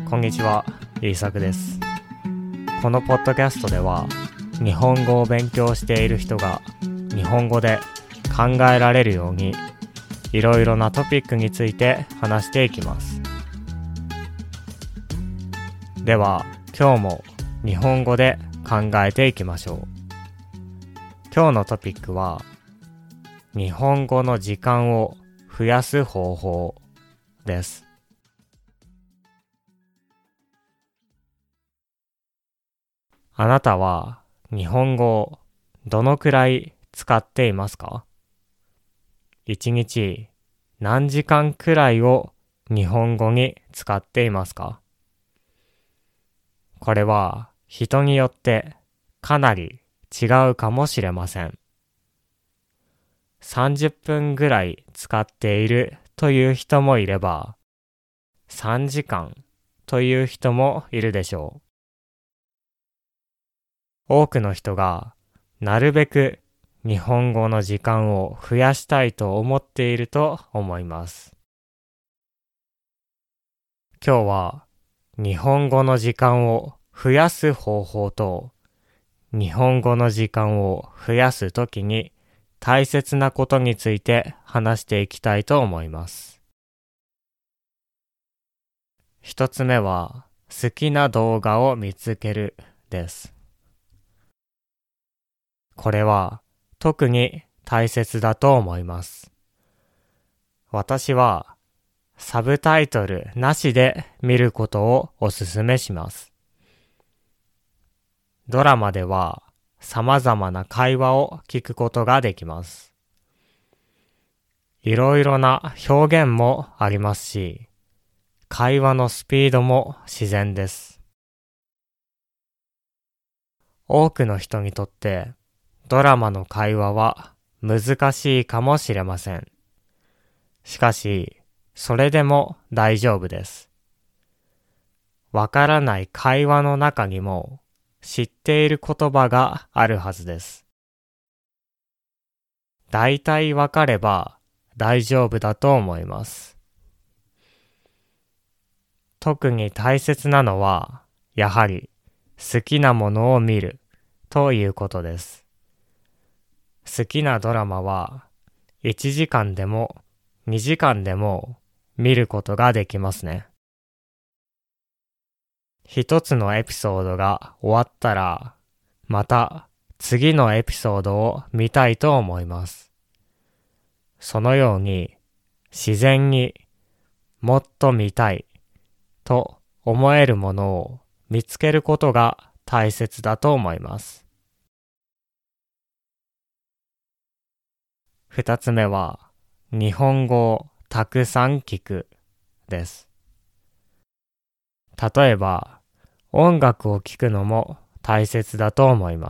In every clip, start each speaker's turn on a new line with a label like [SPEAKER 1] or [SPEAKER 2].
[SPEAKER 1] こんにちは、イーサクです。このポッドキャストでは、日本語を勉強している人が日本語で考えられるようにいろいろなトピックについて話していきます。では、今日も日本語で考えていきましょう。今日のトピックは、日本語の時間を増やす方法です。あなたは日本語をどのくらい使っていますか？一日何時間くらいを日本語に使っていますか？これは人によってかなり違うかもしれません。30分ぐらい使っているという人もいれば、3時間という人もいるでしょう。多くの人がなるべく日本語の時間を増やしたいと思っていると思います。今日は日本語の時間を増やす方法と日本語の時間を増やすときに大切なことについて話していきたいと思います。一つ目は好きな動画を見つけるです。これは特に大切だと思います。私はサブタイトルなしで見ることをお勧めします。ドラマでは様々な会話を聞くことができます。いろいろな表現もありますし、会話のスピードも自然です。多くの人にとってドラマの会話は難しいかもしれません。しかし、それでも大丈夫です。わからない会話の中にも知っている言葉があるはずです。だいたいわかれば大丈夫だと思います。特に大切なのは、やはり好きなものを見るということです。好きなドラマは1時間でも2時間でも見ることができますね。一つのエピソードが終わったら、また次のエピソードを見たいと思います。そのように自然にもっと見たいと思えるものを見つけることが大切だと思います。二つ目は、日本語をたくさん聞くです。例えば、音楽を聴くのも大切だと思います。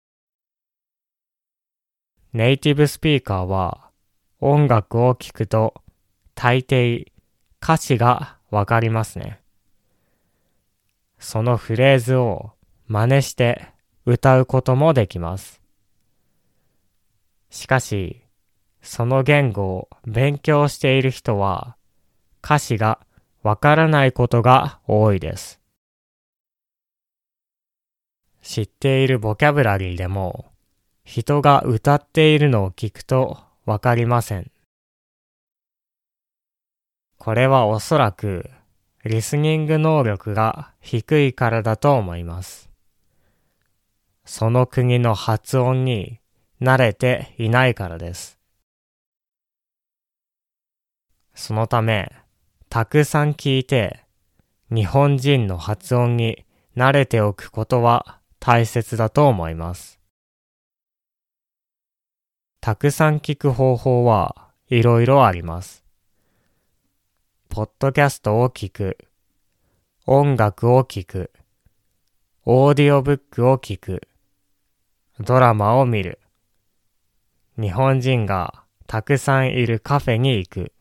[SPEAKER 1] ネイティブスピーカーは音楽を聴くと大抵歌詞がわかりますね。そのフレーズを真似して歌うこともできます。しかし、その言語を勉強している人は歌詞がわからないことが多いです。知っているボキャブラリーでも人が歌っているのを聞くとわかりません。これはおそらくリスニング能力が低いからだと思います。その国の発音に慣れていないからです。そのため、たくさん聞いて、日本人の発音に慣れておくことは大切だと思います。たくさん聞く方法はいろいろあります。ポッドキャストを聞く、音楽を聞く、オーディオブックを聞く、ドラマを見る、日本人がたくさんいるカフェに行く。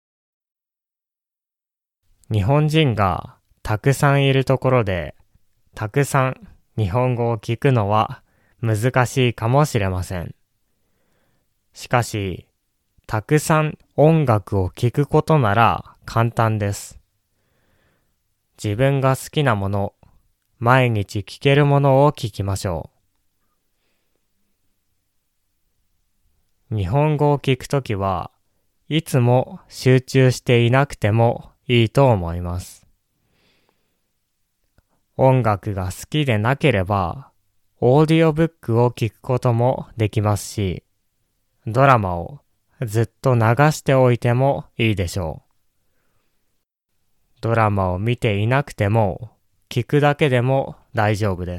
[SPEAKER 1] 日本人がたくさんいるところで、たくさん日本語を聞くのは難しいかもしれません。しかし、たくさん音楽を聴くことなら簡単です。 自分が好きなもの、毎日聞けるものを聞きましょう。日本語を聞くときはいつも集中していなくてもいいと思います。音楽が好きでなければ、オーディオブックを聞くこともできますし、ドラマをずっと流しておいてもいいでしょう。ドラマを見ていなくても、聞くだけでも大丈夫です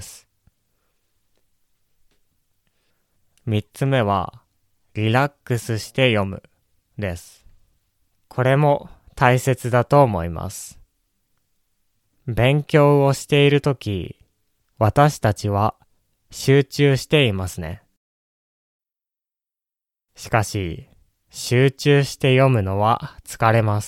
[SPEAKER 1] 。3つ目は、リラックスして読むです。これも大切だと思います。勉強をしているとき、私たちは集中していますね。しかし、集中して読むのは疲れます。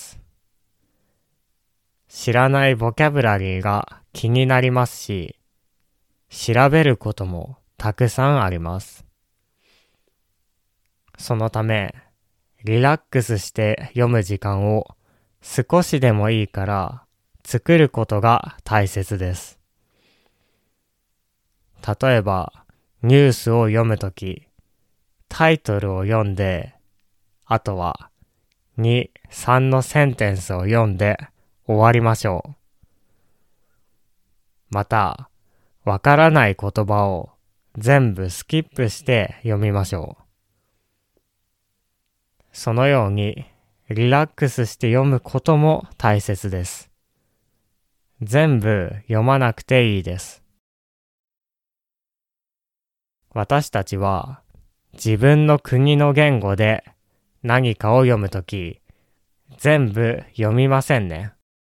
[SPEAKER 1] 知らないボキャブラリーが気になりますし、調べることもたくさんあります。そのため、リラックスして読む時間を少しでもいいから作ることが大切です。例えば、ニュースを読むとき、タイトルを読んで、あとは2、3のセンテンスを読んで終わりましょう。また、わからない言葉を全部スキップして読みましょう。そのようにリラックスして読むことも大切です。全部読まなくていいです。私たちは自分の国の言語で何かを読むとき、全部読みませんね。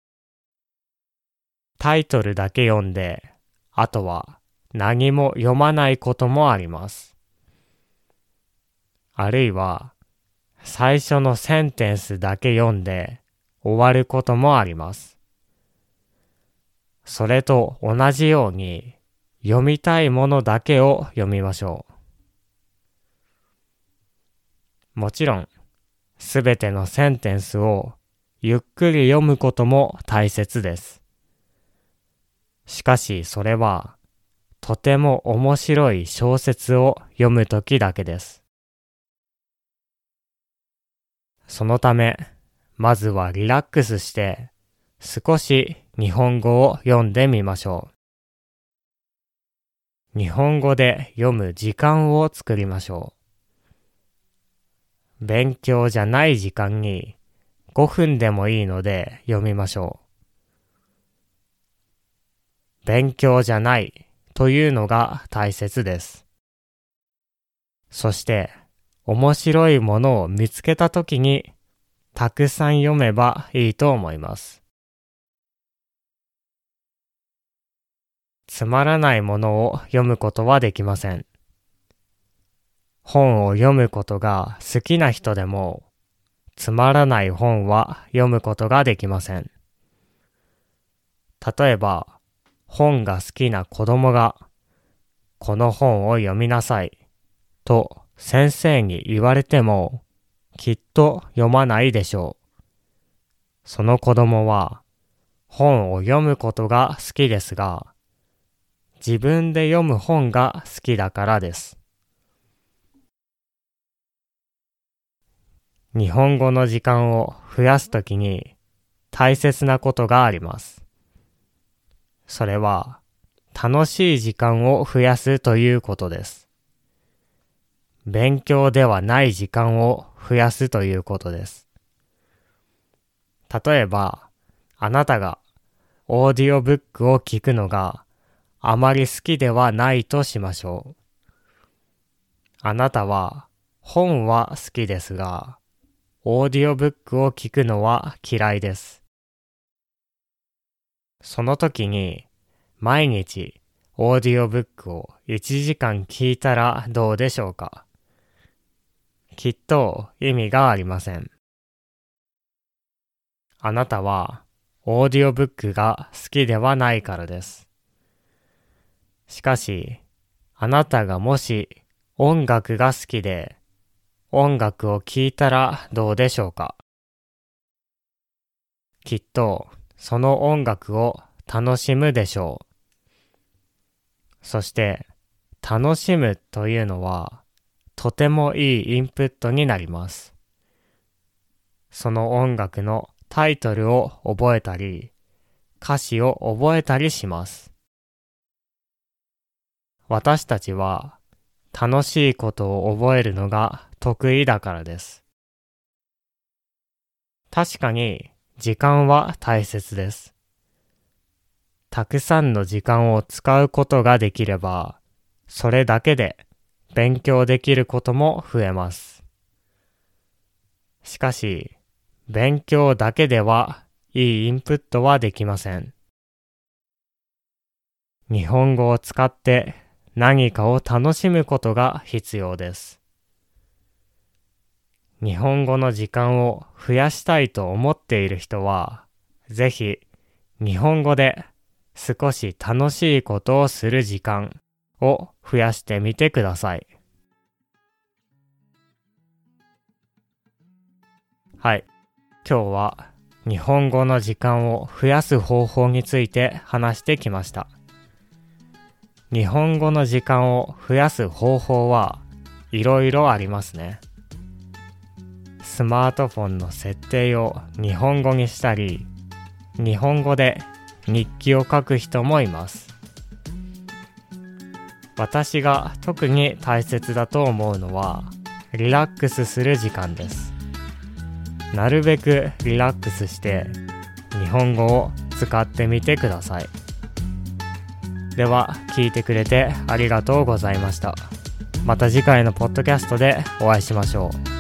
[SPEAKER 1] タイトルだけ読んで、あとは何も読まないこともあります。あるいは、最初のセンテンスだけ読んで終わることもあります。それと同じように読みたいものだけを読みましょう。もちろん、すべてのセンテンスをゆっくり読むことも大切です。しかしそれはとても面白い小説を読むときだけです。そのため、まずはリラックスして少し日本語を読んでみましょう。日本語で読む時間を作りましょう。勉強じゃない時間に5分でもいいので読みましょう。勉強じゃないというのが大切です。そして面白いものを見つけたときにたくさん読めばいいと思います。つまらないものを読むことはできません。本を読むことが好きな人でもつまらない本は読むことができません。例えば、本が好きな子供がこの本を読みなさいと先生に言われてもきっと読まないでしょう。その子供は本を読むことが好きですが、自分で読む本が好きだからです。日本語の時間を増やすときに大切なことがあります。それは楽しい時間を増やすということです。勉強ではない時間を増やすということです。例えば、あなたがオーディオブックを聞くのがあまり好きではないとしましょう。あなたは本は好きですが、オーディオブックを聞くのは嫌いです。その時に毎日オーディオブックを1時間聞いたらどうでしょうか。きっと意味がありません。あなたはオーディオブックが好きではないからです。しかし、あなたがもし音楽が好きで音楽を聴いたらどうでしょうか。きっとその音楽を楽しむでしょう。そして楽しむというのはとてもいいインプットになります。その音楽のタイトルを覚えたり、歌詞を覚えたりします。私たちは楽しいことを覚えるのが得意だからです。確かに時間は大切です。たくさんの時間を使うことができれば、それだけで勉強できることも増えます。しかし、勉強だけではいいインプットはできません。日本語を使って何かを楽しむことが必要です。日本語の時間を増やしたいと思っている人は、ぜひ日本語で少し楽しいことをする時間を増やしてみてください。はい。今日は日本語の時間を増やす方法について話してきました。日本語の時間を増やす方法はいろいろありますね。スマートフォンの設定を日本語にしたり、日本語で日記を書く人もいます。私が特に大切だと思うのは、リラックスする時間です。なるべくリラックスして日本語を使ってみてください。では、聞いてくれてありがとうございました。また次回のポッドキャストでお会いしましょう。